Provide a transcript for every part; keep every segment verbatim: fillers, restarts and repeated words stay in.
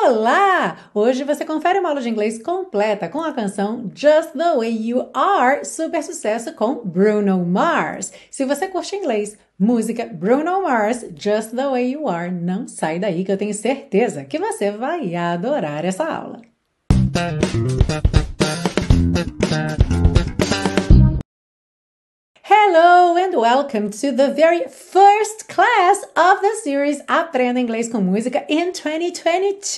Olá! Hoje você confere uma aula de inglês completa com a canção Just the Way You Are, super sucesso com Bruno Mars. Se você curte inglês, música Bruno Mars, Just the Way You Are, não sai daí que eu tenho certeza que você vai adorar essa aula. Hello and welcome to the very first class of the series Aprenda Inglês com Música in twenty twenty-two!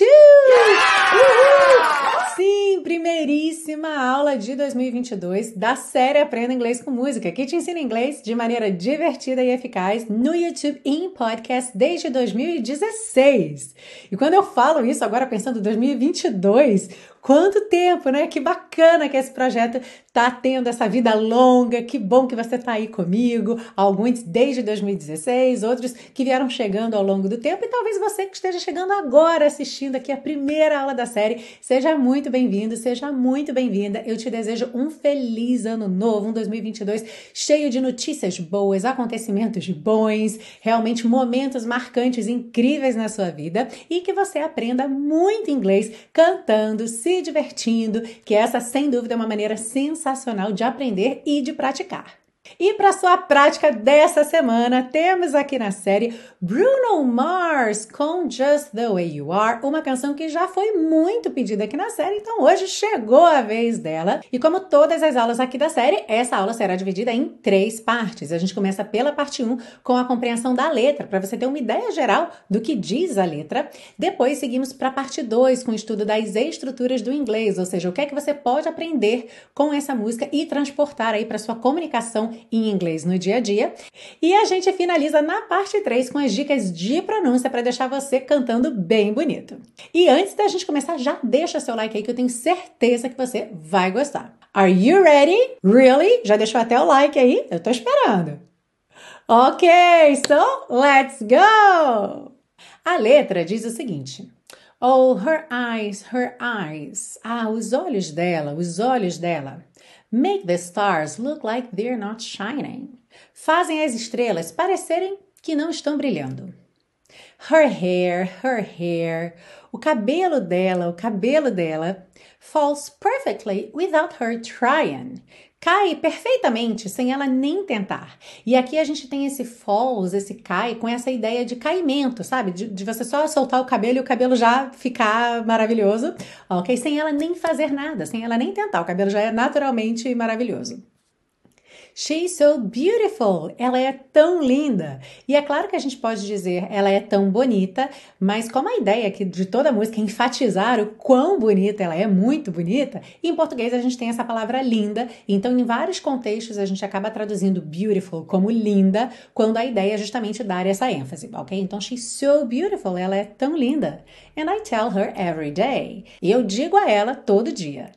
Yeah! Sim, primeiríssima aula de dois mil e vinte e dois da série Aprenda Inglês com Música, que te ensina inglês de maneira divertida e eficaz no YouTube e em podcast desde dois mil e dezesseis. E quando eu falo isso agora pensando em dois mil e vinte e dois, quanto tempo, né? Que bacana que esse projeto tá tendo essa vida longa, que bom que você tá aí comigo, alguns desde dois mil e dezesseis, outros que vieram chegando ao longo do tempo e talvez você que esteja chegando agora assistindo aqui a primeira aula da série, seja muito bem-vindo, seja muito bem-vinda. Eu te desejo um feliz ano novo, um dois mil e vinte e dois cheio de notícias boas, acontecimentos bons, realmente momentos marcantes, incríveis na sua vida e que você aprenda muito inglês cantando, se divertindo, que essa sem dúvida é uma maneira sensacional de aprender e de praticar. E para sua prática dessa semana, temos aqui na série Bruno Mars com Just the Way You Are, uma canção que já foi muito pedida aqui na série, então hoje chegou a vez dela. E como todas as aulas aqui da série, essa aula será dividida em três partes. A gente começa pela parte um com a compreensão da letra, para você ter uma ideia geral do que diz a letra. Depois seguimos para a parte dois com o estudo das estruturas do inglês, ou seja, o que é que você pode aprender com essa música e transportar aí para sua comunicação em inglês no dia a dia. E a gente finaliza na parte três com as dicas de pronúncia para deixar você cantando bem bonito. E antes da gente começar, já deixa seu like aí que eu tenho certeza que você vai gostar. Are you ready? Really? Já deixou até o like aí? Eu tô esperando. Ok, so let's go! A letra diz o seguinte: Oh, her eyes, her eyes. Ah, os olhos dela, os olhos dela. Make the stars look like they're not shining. Fazem as estrelas parecerem que não estão brilhando. Her hair, her hair. O cabelo dela, o cabelo dela. Falls perfectly without her trying. Cai perfeitamente sem ela nem tentar. E aqui a gente tem esse falls, esse cai, com essa ideia de caimento, sabe? De, de você só soltar o cabelo e o cabelo já ficar maravilhoso, ok? Sem ela nem fazer nada, sem ela nem tentar. O cabelo já é naturalmente maravilhoso. She's so beautiful. Ela é tão linda. E é claro que a gente pode dizer ela é tão bonita, mas como a ideia aqui de toda a música é enfatizar o quão bonita ela é, muito bonita, em português a gente tem essa palavra linda, então em vários contextos a gente acaba traduzindo beautiful como linda, quando a ideia é justamente dar essa ênfase, ok? Então she's so beautiful, ela é tão linda. And I tell her every day. E eu digo a ela todo dia.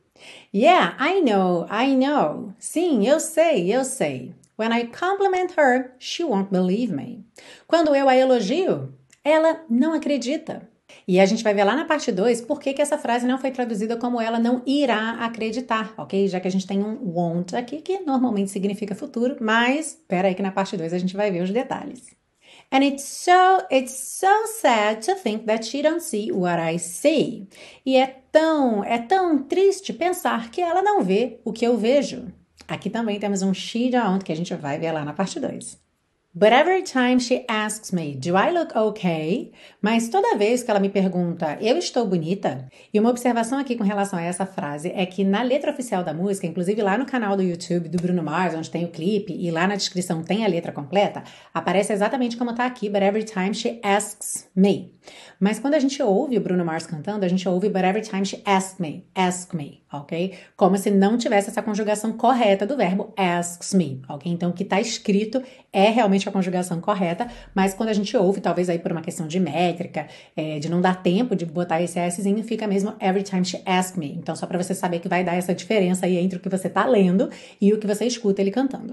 Yeah, I know, I know. Sim, eu sei, eu sei. When I compliment her, she won't believe me. Quando eu a elogio, ela não acredita. E a gente vai ver lá na parte dois por que que essa frase não foi traduzida como ela não irá acreditar, ok? Já que a gente tem um won't aqui, que normalmente significa futuro, mas espera aí que na parte dois a gente vai ver os detalhes. And it's so, it's so sad to think that she don't see what I see. E é tão, é tão triste pensar que ela não vê o que eu vejo. Aqui também temos um she don't, que a gente vai ver lá na parte dois. But every time she asks me, do I look okay? Mas toda vez que ela me pergunta, eu estou bonita? E uma observação aqui com relação a essa frase é que na letra oficial da música, inclusive lá no canal do YouTube do Bruno Mars, onde tem o clipe, e lá na descrição tem a letra completa, aparece exatamente como tá aqui, but every time she asks me. Mas quando a gente ouve o Bruno Mars cantando, a gente ouve but every time she asks me, ask me, ok? Como se não tivesse essa conjugação correta do verbo asks me, ok? Então o que tá escrito é realmente a conjugação correta, mas quando a gente ouve, talvez aí por uma questão de métrica, é, de não dar tempo de botar esse Szinho, fica mesmo every time she asks me. Então só para você saber que vai dar essa diferença aí entre o que você tá lendo e o que você escuta ele cantando.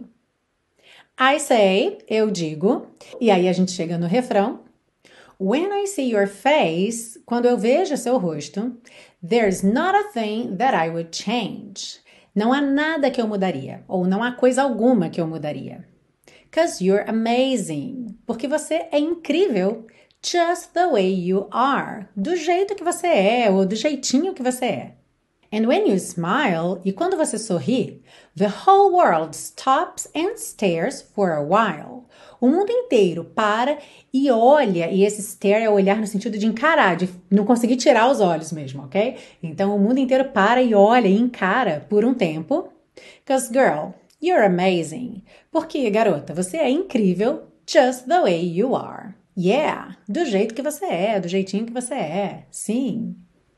I say, eu digo, e aí a gente chega no refrão. When I see your face, quando eu vejo seu rosto, there's not a thing that I would change. Não há nada que eu mudaria, ou não há coisa alguma que eu mudaria. 'Cause you're amazing. Porque você é incrível. Just the way you are. Do jeito que você é ou do jeitinho que você é. And when you smile, e quando você sorri, the whole world stops and stares for a while. O mundo inteiro para e olha, e esse stare é olhar no sentido de encarar, de não conseguir tirar os olhos mesmo, ok? Então o mundo inteiro para e olha e encara por um tempo. Because girl, you're amazing. Porque, garota, você é incrível, just the way you are. Yeah, do jeito que você é, do jeitinho que você é. Sim.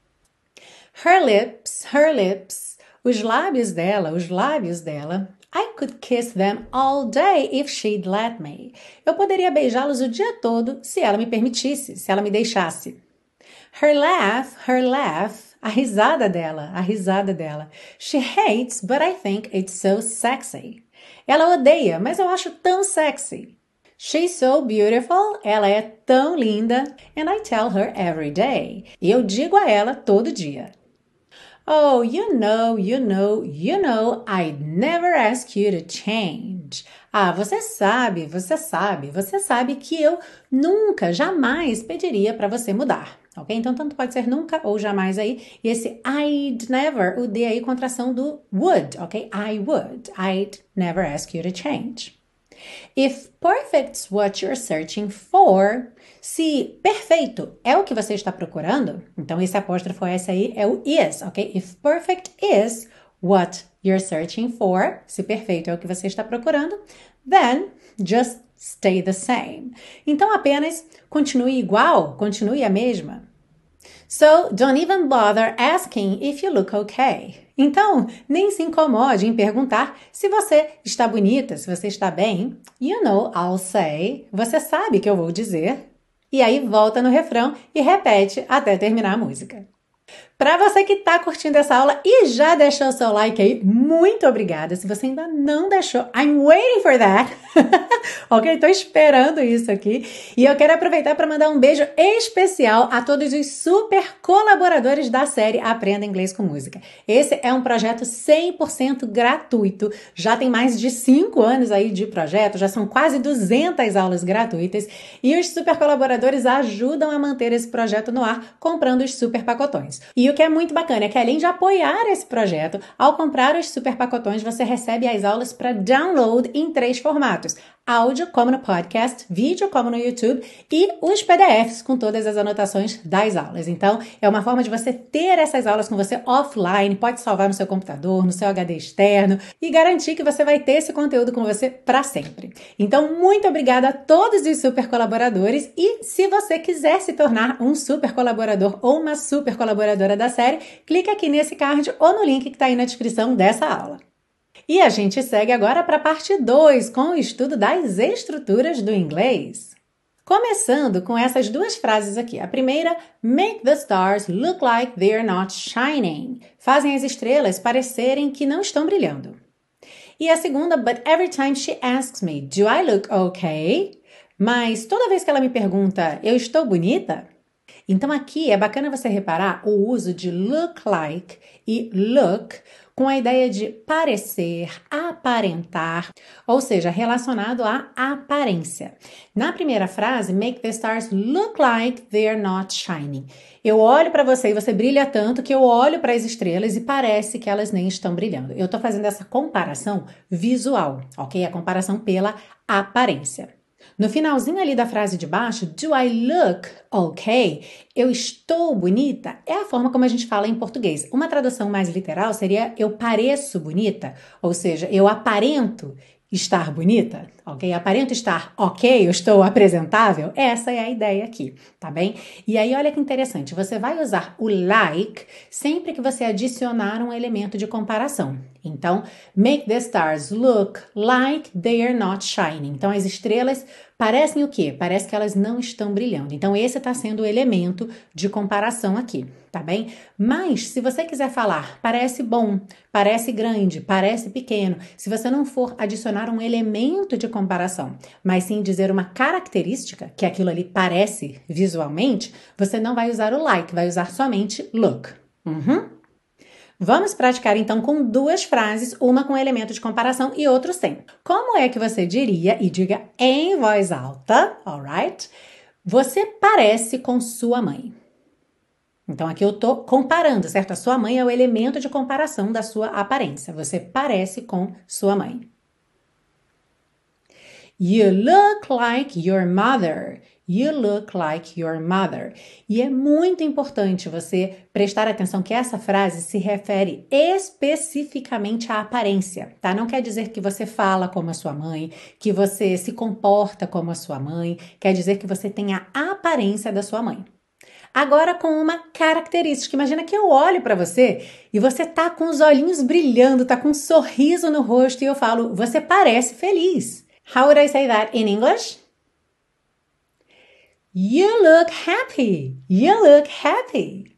Her lips, her lips, os lábios dela, os lábios dela. I could kiss them all day if she'd let me. Eu poderia beijá-los o dia todo se ela me permitisse, se ela me deixasse. Her laugh, her laugh, a risada dela, a risada dela. She hates, but I think it's so sexy. Ela odeia, mas eu acho tão sexy. She's so beautiful, ela é tão linda, and I tell her every day. E eu digo a ela todo dia. Oh, you know, you know, you know, I'd never ask you to change. Ah, você sabe, você sabe, você sabe que eu nunca, jamais pediria para você mudar, ok? Então, tanto pode ser nunca ou jamais aí. E esse I'd never, o D aí, contração do would, ok? I would, I'd never ask you to change. If perfect's what you're searching for, se perfeito é o que você está procurando, então esse apóstrofo S aí é o is, ok? If perfect is what you're searching for, se perfeito é o que você está procurando, then just stay the same. Então apenas continue igual, continue a mesma. So, don't even bother asking if you look okay. Então, nem se incomode em perguntar se você está bonita, se você está bem. You know, I'll say. Você sabe que eu vou dizer. E aí volta no refrão e repete até terminar a música. Para você que está curtindo essa aula e já deixou o seu like aí, muito obrigada. Se você ainda não deixou, I'm waiting for that. Ok? Estou esperando isso aqui. E eu quero aproveitar para mandar um beijo especial a todos os super colaboradores da série Aprenda Inglês com Música. Esse é um projeto cem por cento gratuito. Já tem mais de cinco anos aí de projeto, já são quase duzentas aulas gratuitas. E os super colaboradores ajudam a manter esse projeto no ar, comprando os super pacotões. E o que é muito bacana é que, além de apoiar esse projeto, ao comprar os super pacotões, você recebe as aulas para download em três formatos. Áudio, como no podcast, vídeo, como no YouTube, e os P D Fs com todas as anotações das aulas. Então, é uma forma de você ter essas aulas com você offline, pode salvar no seu computador, no seu H D externo, e garantir que você vai ter esse conteúdo com você para sempre. Então, muito obrigada a todos os super colaboradores, e se você quiser se tornar um super colaborador ou uma super colaboradora da série, clique aqui nesse card ou no link que está aí na descrição dessa aula. E a gente segue agora para a parte dois, com o estudo das estruturas do inglês. Começando com essas duas frases aqui. A primeira, make the stars look like they're not shining. Fazem as estrelas parecerem que não estão brilhando. E a segunda, but every time she asks me, do I look okay? Mas toda vez que ela me pergunta, eu estou bonita? Então aqui é bacana você reparar o uso de look like e look com a ideia de parecer, aparentar, ou seja, relacionado à aparência. Na primeira frase, make the stars look like they're not shining. Eu olho para você e você brilha tanto que eu olho para as estrelas e parece que elas nem estão brilhando. Eu estou fazendo essa comparação visual, ok? A comparação pela aparência. No finalzinho ali da frase de baixo, do I look okay? Eu estou bonita? É a forma como a gente fala em português. Uma tradução mais literal seria eu pareço bonita, ou seja, eu aparento estar bonita, ok? Aparento estar ok, eu estou apresentável? Essa é a ideia aqui, tá bem? E aí, olha que interessante, você vai usar o like sempre que você adicionar um elemento de comparação. Então, make the stars look like they're not shining. Então, as estrelas parecem o quê? Parece que elas não estão brilhando. Então, esse está sendo o elemento de comparação aqui, tá bem? Mas, se você quiser falar parece bom, parece grande, parece pequeno, se você não for adicionar um elemento de comparação, mas sim dizer uma característica, que aquilo ali parece visualmente, você não vai usar o like, vai usar somente look. Uhum. Vamos praticar então com duas frases, uma com elemento de comparação e outra sem. Como é que você diria, e diga em voz alta, alright? Você parece com sua mãe. Então, aqui eu tô comparando, certo? A sua mãe é o elemento de comparação da sua aparência. Você parece com sua mãe. You look like your mother. You look like your mother. E é muito importante você prestar atenção que essa frase se refere especificamente à aparência, tá? Não quer dizer que você fala como a sua mãe, que você se comporta como a sua mãe, quer dizer que você tem a aparência da sua mãe. Agora com uma característica. Imagina que eu olho para você e você tá com os olhinhos brilhando, tá com um sorriso no rosto e eu falo, você parece feliz. How would I say that in English? You look happy. You look happy.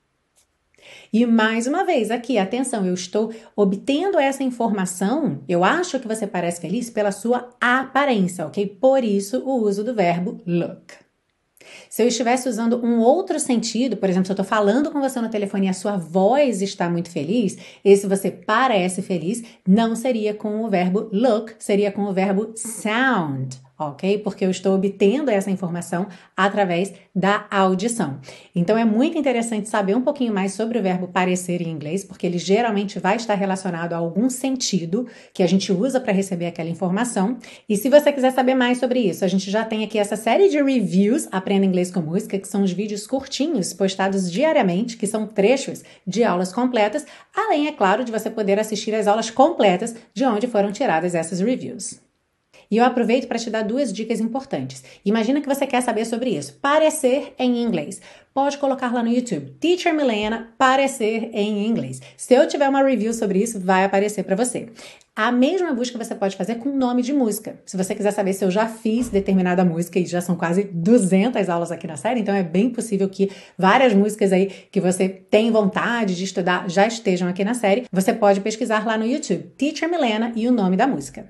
E mais uma vez aqui, atenção, eu estou obtendo essa informação, eu acho que você parece feliz pela sua aparência, ok? Por isso o uso do verbo look. Se eu estivesse usando um outro sentido, por exemplo, se eu estou falando com você no telefone e a sua voz está muito feliz, esse você parece feliz, não seria com o verbo look, seria com o verbo sound, ok? Porque eu estou obtendo essa informação através da audição. Então, é muito interessante saber um pouquinho mais sobre o verbo parecer em inglês, porque ele geralmente vai estar relacionado a algum sentido que a gente usa para receber aquela informação. E se você quiser saber mais sobre isso, a gente já tem aqui essa série de reviews, Aprenda Inglês com Música, que são os vídeos curtinhos postados diariamente, que são trechos de aulas completas, além, é claro, de você poder assistir as aulas completas de onde foram tiradas essas reviews. E eu aproveito para te dar duas dicas importantes. Imagina que você quer saber sobre isso. Parecer em inglês. Pode colocar lá no YouTube. Teacher Milena, parecer em inglês. Se eu tiver uma review sobre isso, vai aparecer para você. A mesma busca você pode fazer com nome de música. Se você quiser saber se eu já fiz determinada música, e já são quase duzentas aulas aqui na série, então é bem possível que várias músicas aí que você tem vontade de estudar já estejam aqui na série. Você pode pesquisar lá no YouTube. Teacher Milena e o nome da música.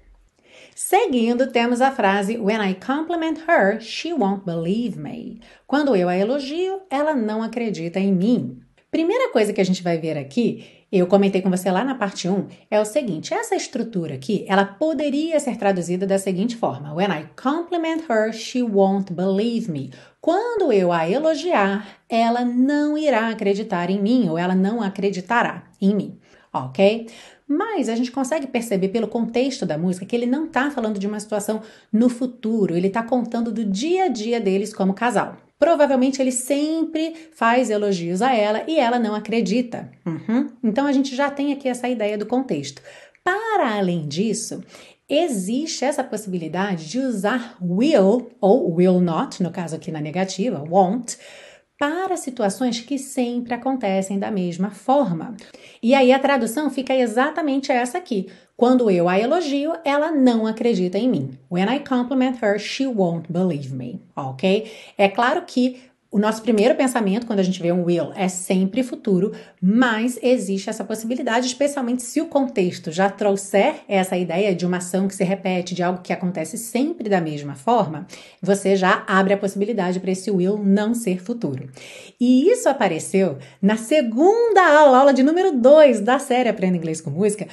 Seguindo, temos a frase When I compliment her, she won't believe me. Quando eu a elogio, ela não acredita em mim. Primeira coisa que a gente vai ver aqui, eu comentei com você lá na parte um, é o seguinte, essa estrutura aqui, ela poderia ser traduzida da seguinte forma. When I compliment her, she won't believe me. Quando eu a elogiar, ela não irá acreditar em mim, ou ela não acreditará em mim, ok? Mas a gente consegue perceber pelo contexto da música que ele não está falando de uma situação no futuro, ele está contando do dia a dia deles como casal. Provavelmente ele sempre faz elogios a ela e ela não acredita. Uhum. Então a gente já tem aqui essa ideia do contexto. Para além disso, existe essa possibilidade de usar will ou will not, no caso aqui na negativa, won't, para situações que sempre acontecem da mesma forma. E aí a tradução fica exatamente essa aqui. Quando eu a elogio, ela não acredita em mim. When I compliment her, she won't believe me, ok? É claro que o nosso primeiro pensamento, quando a gente vê um will, é sempre futuro, mas existe essa possibilidade, especialmente se o contexto já trouxer essa ideia de uma ação que se repete, de algo que acontece sempre da mesma forma, você já abre a possibilidade para esse will não ser futuro. E isso apareceu na segunda aula, aula de número dois da série Aprenda Inglês com Música,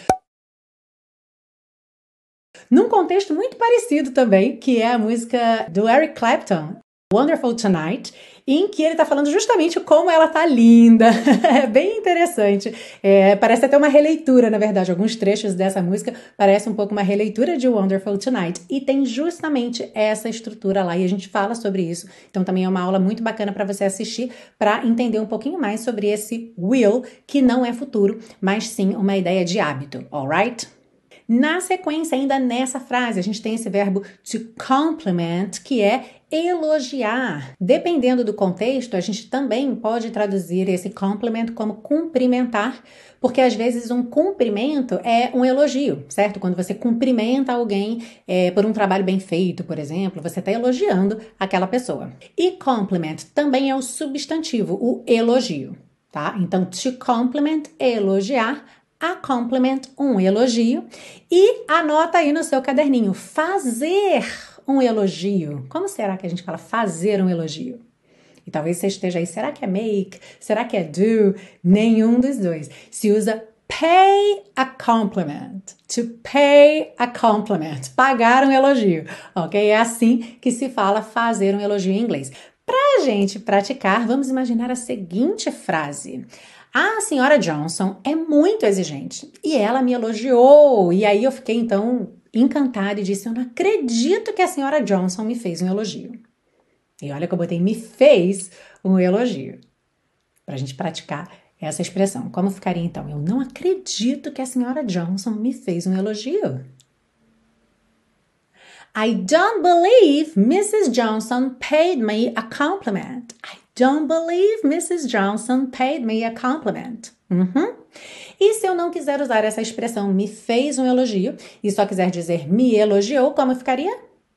num contexto muito parecido também, que é a música do Eric Clapton, Wonderful Tonight, em que ele está falando justamente como ela tá linda. É bem interessante. É, parece até uma releitura, na verdade. Alguns trechos dessa música parecem um pouco uma releitura de Wonderful Tonight. E tem justamente essa estrutura lá, e a gente fala sobre isso. Então também é uma aula muito bacana para você assistir, para entender um pouquinho mais sobre esse will, que não é futuro, mas sim uma ideia de hábito, alright? Na sequência, ainda nessa frase, a gente tem esse verbo to compliment, que é elogiar. Dependendo do contexto, a gente também pode traduzir esse compliment como cumprimentar, porque às vezes um cumprimento é um elogio, certo? Quando você cumprimenta alguém é, por um trabalho bem feito, por exemplo, você está elogiando aquela pessoa. E compliment também é o substantivo, o elogio, tá? Então, to compliment, elogiar, a compliment, um elogio, e anota aí no seu caderninho, fazer um elogio. Como será que a gente fala fazer um elogio? E talvez você esteja aí, será que é make? Será que é do? Nenhum dos dois. Se usa pay a compliment. To pay a compliment. Pagar um elogio, ok? É assim que se fala fazer um elogio em inglês. Para a gente praticar, vamos imaginar a seguinte frase. A senhora Johnson é muito exigente e ela me elogiou. E aí eu fiquei, então, encantada e disse, eu não acredito que a senhora Johnson me fez um elogio. E olha que eu botei me fez um elogio. Para a gente praticar essa expressão. Como ficaria, então? Eu não acredito que a senhora Johnson me fez um elogio. I don't believe missus Johnson paid me a compliment. I don't believe missus Johnson paid me a compliment. Uhum. E se eu não quiser usar essa expressão me fez um elogio e só quiser dizer me elogiou, como ficaria?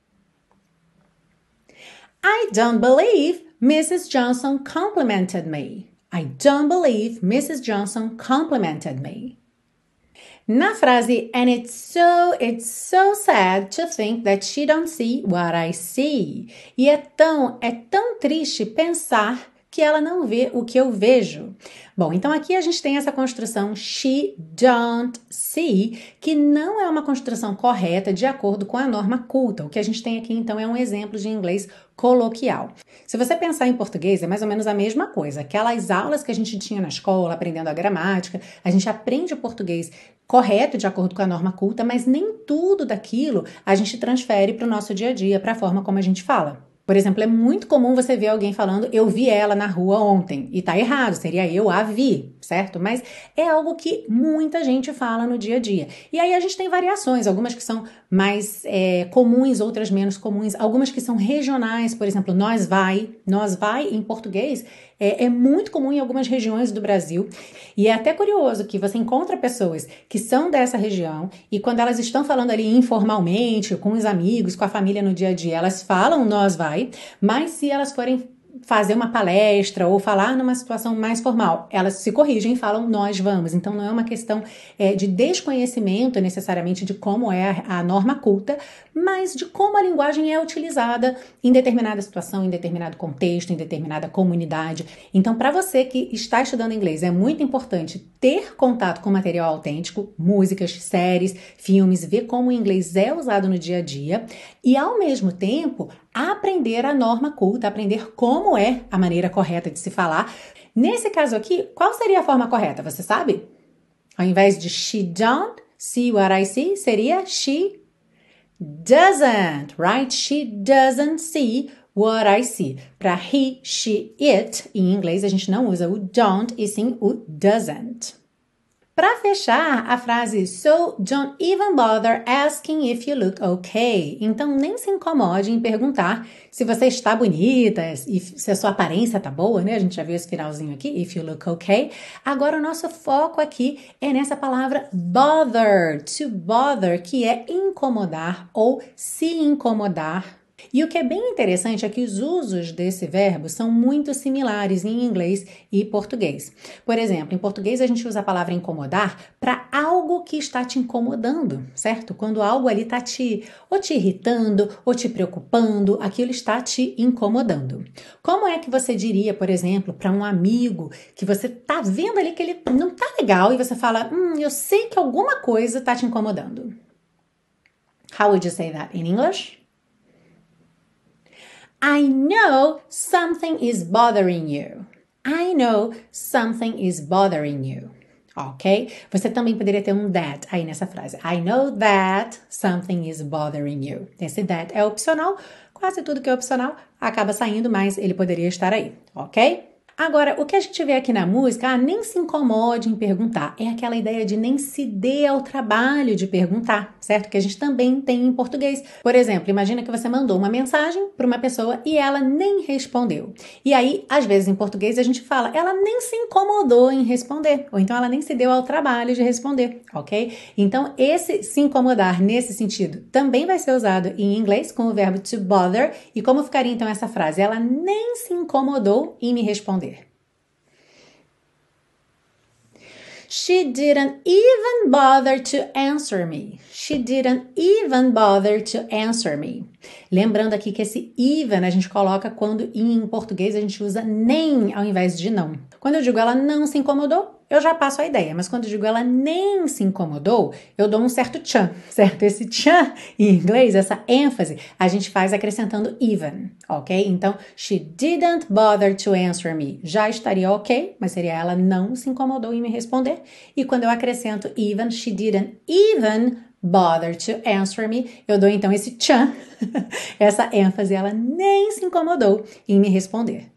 I don't believe missus Johnson complimented me. I don't believe missus Johnson complimented me. Na frase, and it's so, it's so sad to think that she don't see what I see. E é tão, é tão triste pensar que ela não vê o que eu vejo. Bom, então aqui a gente tem essa construção she don't see, que não é uma construção correta de acordo com a norma culta. O que a gente tem aqui, então, é um exemplo de inglês coloquial. Se você pensar em português, é mais ou menos a mesma coisa. Aquelas aulas que a gente tinha na escola, aprendendo a gramática, a gente aprende o português correto de acordo com a norma culta, mas nem tudo daquilo a gente transfere para o nosso dia a dia, para a forma como a gente fala. Por exemplo, é muito comum você ver alguém falando eu vi ela na rua ontem, e tá errado, seria eu a vi, certo? Mas é algo que muita gente fala no dia a dia. E aí a gente tem variações, algumas que são mais é, comuns, outras menos comuns, algumas que são regionais, por exemplo, nós vai, nós vai em português é, é muito comum em algumas regiões do Brasil, e é até curioso que você encontra pessoas que são dessa região e quando elas estão falando ali informalmente, com os amigos, com a família no dia a dia, elas falam nós vai, mas se elas forem fazer uma palestra ou falar numa situação mais formal, elas se corrigem e falam nós vamos. Então não é uma questão é, de desconhecimento necessariamente de como é a, a norma culta, mas de como a linguagem é utilizada em determinada situação, em determinado contexto, em determinada comunidade. Então, para você que está estudando inglês, é muito importante ter contato com material autêntico, músicas, séries, filmes, ver como o inglês é usado no dia a dia e, ao mesmo tempo, aprender a norma culta, aprender como é a maneira correta de se falar. Nesse caso aqui, qual seria a forma correta? Você sabe? Ao invés de she don't see what I see, seria she doesn't, right? She doesn't see what I see. Para he, she, it, em inglês a gente não usa o don't e sim o doesn't. Para fechar, a frase So don't even bother asking if you look okay. Então, nem se incomode em perguntar se você está bonita, e se a sua aparência tá boa, né? A gente já viu esse finalzinho aqui, if you look okay. Agora, o nosso foco aqui é nessa palavra bother, to bother, que é incomodar ou se incomodar. E o que é bem interessante é que os usos desse verbo são muito similares em inglês e português. Por exemplo, em português a gente usa a palavra incomodar para algo que está te incomodando, certo? Quando algo ali está te, ou te irritando, ou te preocupando, aquilo está te incomodando. Como é que você diria, por exemplo, para um amigo que você está vendo ali que ele não está legal e você fala, hum, eu sei que alguma coisa está te incomodando. How would you say that in English? I know something is bothering you. I know something is bothering you. Ok? Você também poderia ter um that aí nessa frase. I know that something is bothering you. Esse that é opcional. Quase tudo que é opcional acaba saindo, mas ele poderia estar aí. Ok? Agora, o que a gente vê aqui na música, ah, nem se incomode em perguntar. É aquela ideia de nem se dê ao trabalho de perguntar, certo? Que a gente também tem em português. Por exemplo, imagina que você mandou uma mensagem para uma pessoa e ela nem respondeu. E aí, às vezes, em português, a gente fala, ela nem se incomodou em responder. Ou então, ela nem se deu ao trabalho de responder, ok? Então, esse se incomodar nesse sentido também vai ser usado em inglês com o verbo to bother. E como ficaria, então, essa frase? Ela nem se incomodou em me responder. She didn't even bother to answer me. She didn't even bother to answer me. Lembrando aqui que esse even a gente coloca quando em português a gente usa nem ao invés de não. Quando eu digo ela não se incomodou, eu já passo a ideia, mas quando eu digo ela nem se incomodou, eu dou um certo tchan, certo? Esse tchan em inglês, essa ênfase, a gente faz acrescentando even, ok? Então, she didn't bother to answer me. Já estaria ok, mas seria ela não se incomodou em me responder. E quando eu acrescento even, she didn't even bother to answer me, eu dou então esse tchan, essa ênfase, ela nem se incomodou em me responder.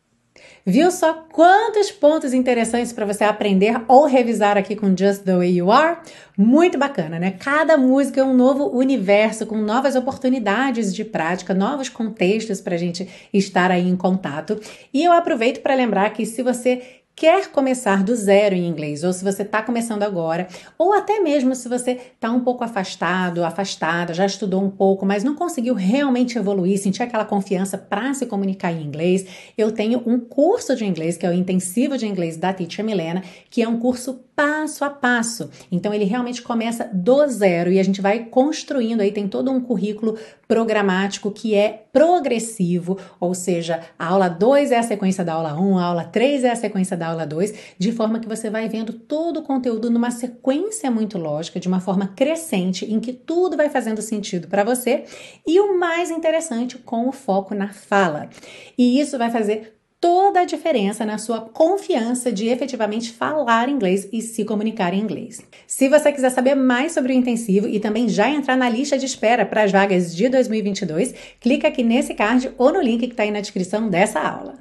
Viu só quantos pontos interessantes para você aprender ou revisar aqui com Just the Way You Are? Muito bacana, né? Cada música é um novo universo com novas oportunidades de prática, novos contextos para a gente estar aí em contato. E eu aproveito para lembrar que se você quer começar do zero em inglês, ou se você está começando agora, ou até mesmo se você está um pouco afastado, afastada, já estudou um pouco, mas não conseguiu realmente evoluir, sentir aquela confiança para se comunicar em inglês, eu tenho um curso de inglês, que é o Intensivo de Inglês da Teacher Milena, que é um curso passo a passo. Então, ele realmente começa do zero e a gente vai construindo aí, tem todo um currículo programático que é progressivo, ou seja, a aula dois é a sequência da aula um, a aula três é a sequência da aula dois, de forma que você vai vendo todo o conteúdo numa sequência muito lógica, de uma forma crescente, em que tudo vai fazendo sentido para você, e o mais interessante, com o foco na fala. E isso vai fazer toda a diferença na sua confiança de efetivamente falar inglês e se comunicar em inglês. Se você quiser saber mais sobre o intensivo e também já entrar na lista de espera para as vagas de dois mil e vinte e dois, clica aqui nesse card ou no link que está aí na descrição dessa aula.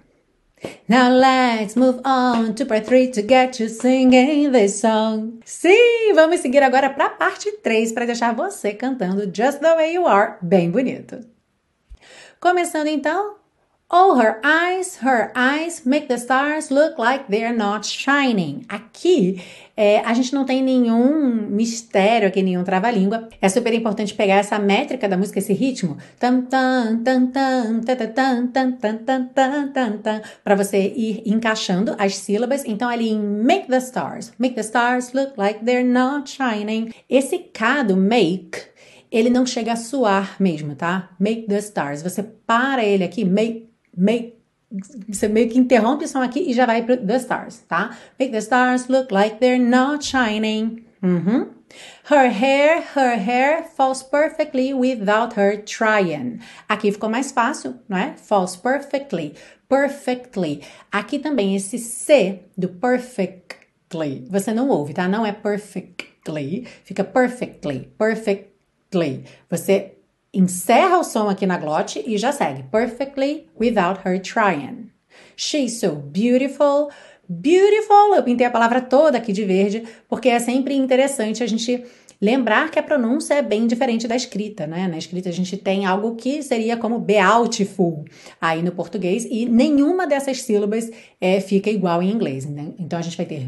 Now let's move on to part three to get you singing this song. Sim, vamos seguir agora para a parte três para deixar você cantando Just the Way You Are bem bonito. Começando então. Oh, her eyes, her eyes make the stars look like they're not shining. Aqui, é, a gente não tem nenhum mistério aqui, nenhum trava-língua. É super importante pegar essa métrica da música, esse ritmo. Tam, tam, tam, tam, tam, tam, tam, tam, tam, tam, tam, para você ir encaixando as sílabas. Então, ali em make the stars, make the stars look like they're not shining. Esse K do make, ele não chega a suar mesmo, tá? Make the stars. Você para ele aqui, make Make, você meio que interrompe o som aqui e já vai para the stars, tá? Make the stars look like they're not shining. Uhum. Her hair, her hair falls perfectly without her trying. Aqui ficou mais fácil, não é? Falls perfectly, perfectly. Aqui também esse C do perfectly, você não ouve, tá? Não é perfectly, fica perfectly, perfectly. Você encerra o som aqui na glote e já segue. Perfectly without her trying. She's so beautiful. Beautiful, eu pintei a palavra toda aqui de verde, porque é sempre interessante a gente lembrar que a pronúncia é bem diferente da escrita, né? Na escrita a gente tem algo que seria como beautiful aí no português e nenhuma dessas sílabas é, fica igual em inglês, né? Então a gente vai ter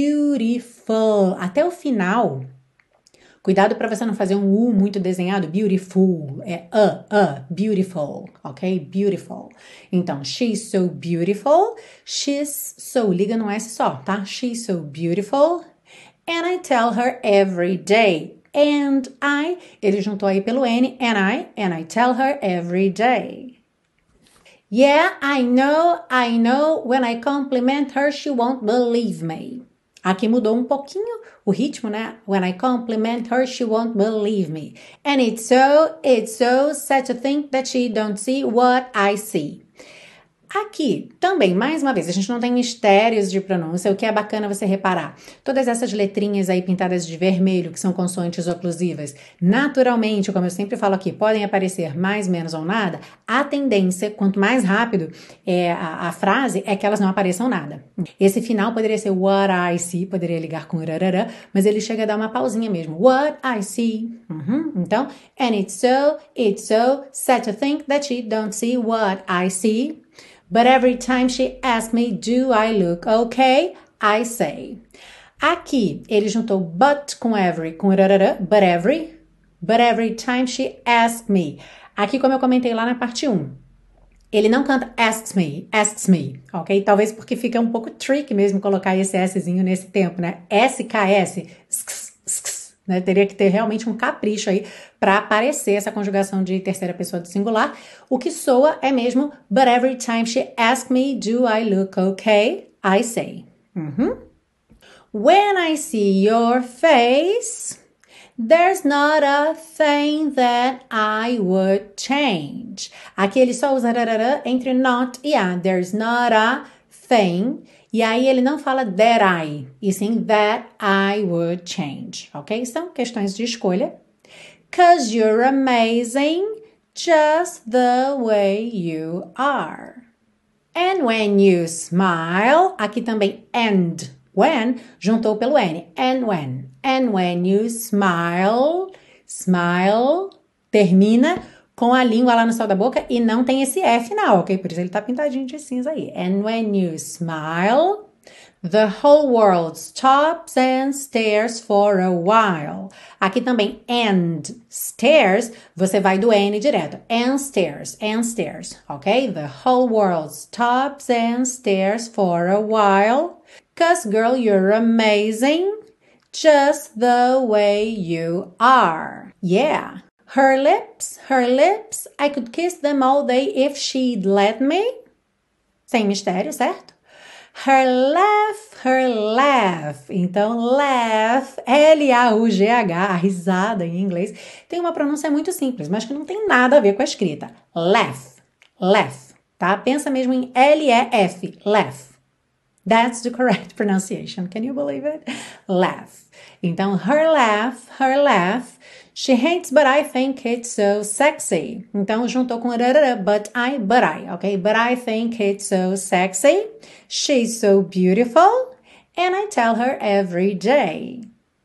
beautiful. Até o final... Cuidado para você não fazer um U muito desenhado, beautiful, é a, a, beautiful, ok? Beautiful. Então, she's so beautiful, she's so, liga no S só, tá? She's so beautiful, and I tell her every day. And I, ele juntou aí pelo N, and I, and I tell her every day. Yeah, I know, I know, when I compliment her, she won't believe me. Aqui mudou um pouquinho o ritmo, né? When I compliment her, she won't believe me. And it's so, it's so sad to think that she don't see what I see. Aqui, também, mais uma vez, a gente não tem mistérios de pronúncia, o que é bacana você reparar. Todas essas letrinhas aí pintadas de vermelho, que são consoantes oclusivas, naturalmente, como eu sempre falo aqui, podem aparecer mais, menos ou nada. A tendência, quanto mais rápido é a, a frase, é que elas não apareçam nada. Esse final poderia ser what I see, poderia ligar com rarará, mas ele chega a dar uma pausinha mesmo. What I see. Uhum. Então, and it's so, it's so sad to think that she don't see what I see. But every time she asks me, do I look okay? I say. Aqui, ele juntou but com every, com rarará, but every. But every time she asks me. Aqui, como eu comentei lá na parte um, ele não canta asks me, asks me, ok? Talvez porque fica um pouco tricky mesmo colocar esse Szinho nesse tempo, né? S K S, sks, sks, né? Teria que ter realmente um capricho aí para aparecer essa conjugação de terceira pessoa do singular. O que soa é mesmo but every time she asks me, do I look okay? I say. Uhum. When I see your face, there's not a thing that I would change. Aqui ele só usa rarará entre not e a. There's not a thing. E aí ele não fala that I, e sim that I would change, ok? São questões de escolha. 'Cause you're amazing, just the way you are. And when you smile, aqui também and, when, juntou pelo N. And when. And when you smile, smile, termina com a língua lá no céu da boca e não tem esse F final, ok? Por isso ele tá pintadinho de cinza aí. And when you smile, the whole world stops and stares for a while. Aqui também and stares, você vai do N direto. And stares, and stares, ok? The whole world stops and stares for a while. 'Cause girl, you're amazing, just the way you are. Yeah. Her lips, her lips, I could kiss them all day if she'd let me. Sem mistério, certo? Her laugh, her laugh. Então, laugh, L A U G H, a risada em inglês, tem uma pronúncia muito simples, mas que não tem nada a ver com a escrita. Laugh, laugh, tá? Pensa mesmo em L E F, laugh. That's the correct pronunciation. Can you believe it? Laugh. Então, her laugh, her laugh. She hates, but I think it's so sexy. Então, juntou com rarara, but I, but I, ok? But I think it's so sexy. She's so beautiful. And I tell her every day.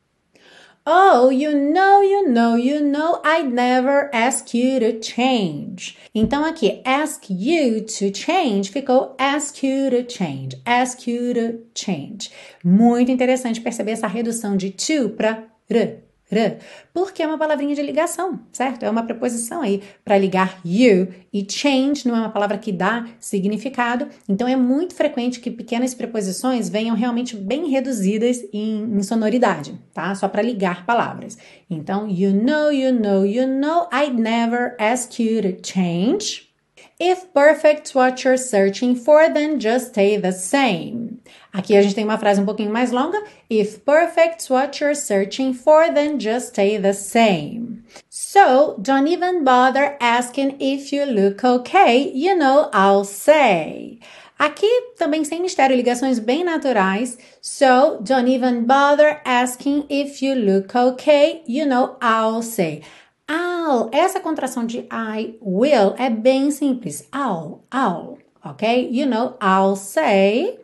Oh, you know, you know, you know, I'd never ask you to change. Então, aqui, ask you to change, ficou ask you to change, ask you to change. Muito interessante perceber essa redução de to para r. Porque é uma palavrinha de ligação, certo? É uma preposição aí para ligar you, e change não é uma palavra que dá significado, então é muito frequente que pequenas preposições venham realmente bem reduzidas em, em sonoridade, tá? Só para ligar palavras. Então, you know, you know, you know, I'd never ask you to change. If perfect's what you're searching for, then just stay the same. Aqui a gente tem uma frase um pouquinho mais longa. If perfect's what you're searching for, then just stay the same. So, don't even bother asking if you look okay. You know, I'll say. Aqui também sem mistério, ligações bem naturais. So, don't even bother asking if you look okay. You know, I'll say. I'll, essa contração de I will é bem simples. I'll, I'll, ok? You know, I'll say.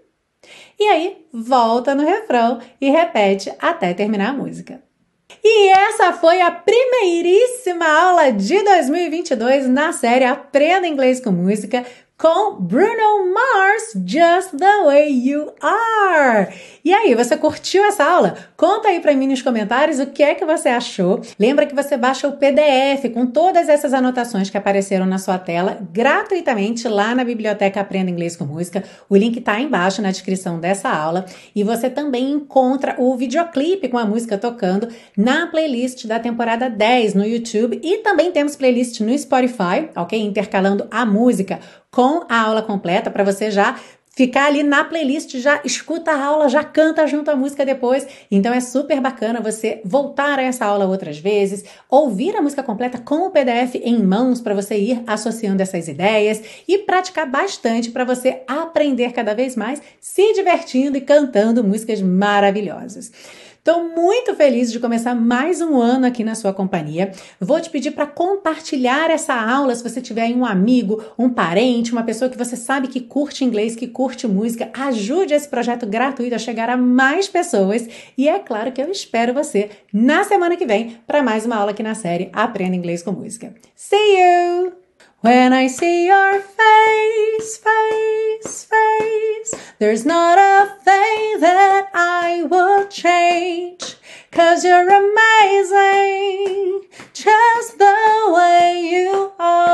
E aí, volta no refrão e repete até terminar a música. E essa foi a primeiríssima aula de dois mil e vinte e dois na série Aprenda Inglês com Música, com Bruno Mars, Just the Way You Are. E aí, você curtiu essa aula? Conta aí pra mim nos comentários o que é que você achou. Lembra que você baixa o P D F com todas essas anotações que apareceram na sua tela gratuitamente lá na biblioteca Aprenda Inglês com Música. O link tá aí embaixo na descrição dessa aula. E você também encontra o videoclipe com a música tocando na playlist da temporada dez no YouTube. E também temos playlist no Spotify, ok? Intercalando a música com a aula completa, para você já ficar ali na playlist, já escuta a aula, já canta junto à música depois. Então é super bacana você voltar a essa aula outras vezes, ouvir a música completa com o P D F em mãos para você ir associando essas ideias e praticar bastante para você aprender cada vez mais, se divertindo e cantando músicas maravilhosas. Estou muito feliz de começar mais um ano aqui na sua companhia. Vou te pedir para compartilhar essa aula se você tiver um amigo, um parente, uma pessoa que você sabe que curte inglês, que curte música. Ajude esse projeto gratuito a chegar a mais pessoas. E é claro que eu espero você na semana que vem para mais uma aula aqui na série Aprenda Inglês com Música. See you! When I see your face, face, face, there's not a thing that I will change, 'cause you're amazing, just the way you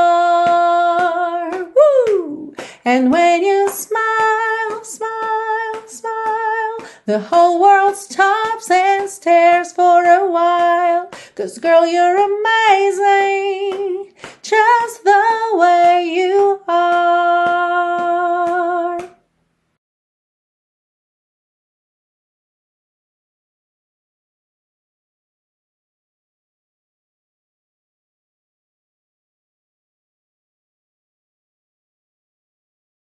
are. Woo! And when you smile, smile, smile, The whole world stops and stares for a while. 'Cause girl, you're amazing, just the way you